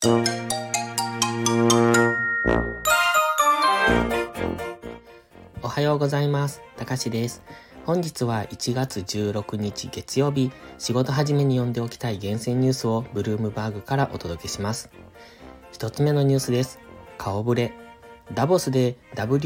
おはようございます。たかしです。本日は1月16日月曜日、仕事始めに読んでおきたい厳選ニュースをブルームバーグからお届けします。一つ目のニュースです。顔ぶれ。ダボスで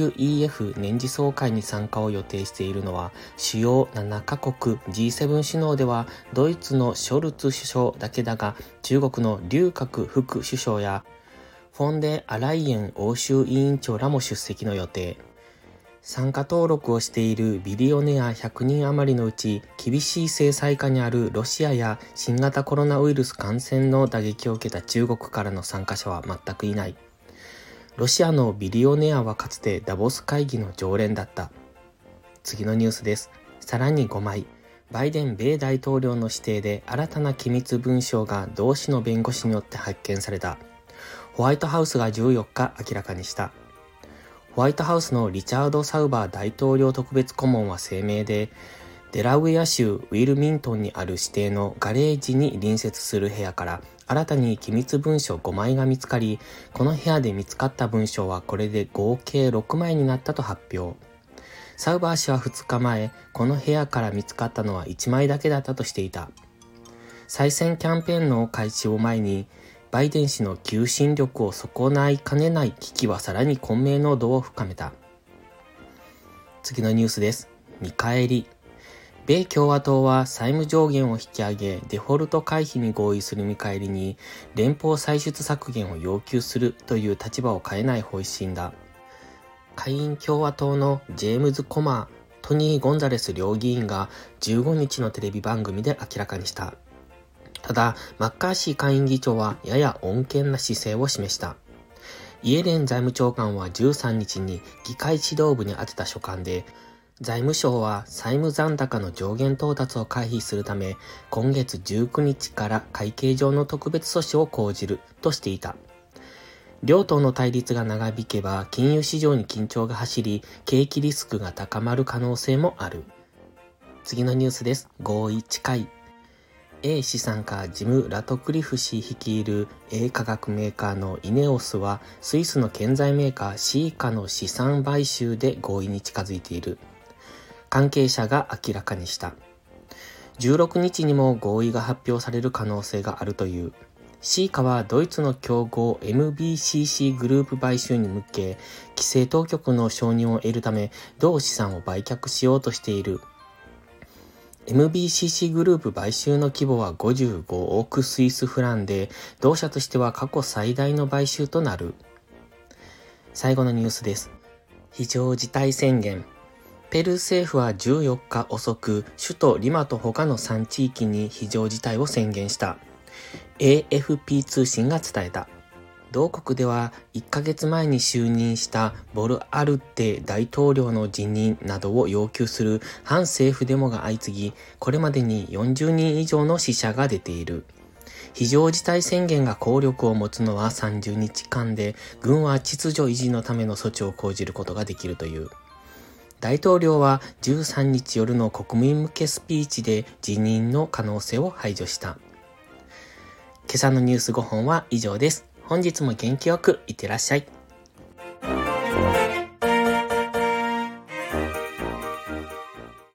WEF 年次総会に参加を予定しているのは、主要7カ国 G7 首脳ではドイツのショルツ首相だけだが、中国の劉鶴副首相やフォンデアライエン欧州委員長らも出席の予定。参加登録をしているビリオネア100人余りのうち、厳しい制裁下にあるロシアや新型コロナウイルス感染の打撃を受けた中国からの参加者は全くいない。ロシアのビリオネアはかつてダボス会議の常連だった。次のニュースです。さらに5枚。バイデン米大統領の指定で新たな機密文書が同氏の弁護士によって発見された。ホワイトハウスが14日明らかにした。ホワイトハウスのリチャード・サウバー大統領特別顧問は声明で、デラウェア州ウィルミントンにある指定のガレージに隣接する部屋から新たに機密文書5枚が見つかり、この部屋で見つかった文書はこれで合計6枚になったと発表。サウバー氏は2日前、この部屋から見つかったのは1枚だけだったとしていた。再選キャンペーンの開始を前に、バイデン氏の求心力を損ないかねない危機はさらに混迷の度を深めた。次のニュースです。見返り。米共和党は債務上限を引き上げ、デフォルト回避に合意する見返りに、連邦歳出削減を要求するという立場を変えない方針だ。下院共和党のジェームズ・コマー、トニー・ゴンザレス両議員が15日のテレビ番組で明らかにした。ただ、マッカーシー下院議長はやや穏健な姿勢を示した。イエレン財務長官は13日に議会指導部に宛てた書簡で、財務省は債務残高の上限到達を回避するため、今月19日から会計上の特別措置を講じるとしていた。両党の対立が長引けば金融市場に緊張が走り、景気リスクが高まる可能性もある。次のニュースです。合意近い。A 資産家ジム・ラトクリフ氏率いる A 化学メーカーのイネオスはスイスの建材メーカーシーカの資産買収で合意に近づいている。関係者が明らかにした。16日にも合意が発表される可能性があるという。シーカはドイツの競合 MBCC グループ買収に向け、規制当局の承認を得るため、同資産を売却しようとしている。MBCC グループ買収の規模は55億スイスフランで、同社としては過去最大の買収となる。最後のニュースです。非常事態宣言。ペルー政府は14日遅く、首都リマと他の3地域に非常事態を宣言した。AFP 通信が伝えた。同国では1ヶ月前に就任したボルアルテ大統領の辞任などを要求する反政府デモが相次ぎ、これまでに40人以上の死者が出ている。非常事態宣言が効力を持つのは30日間で、軍は秩序維持のための措置を講じることができるという。大統領は13日夜の国民向けスピーチで辞任の可能性を排除した。今朝のニュース5本は以上です。本日も元気よくいってらっしゃい。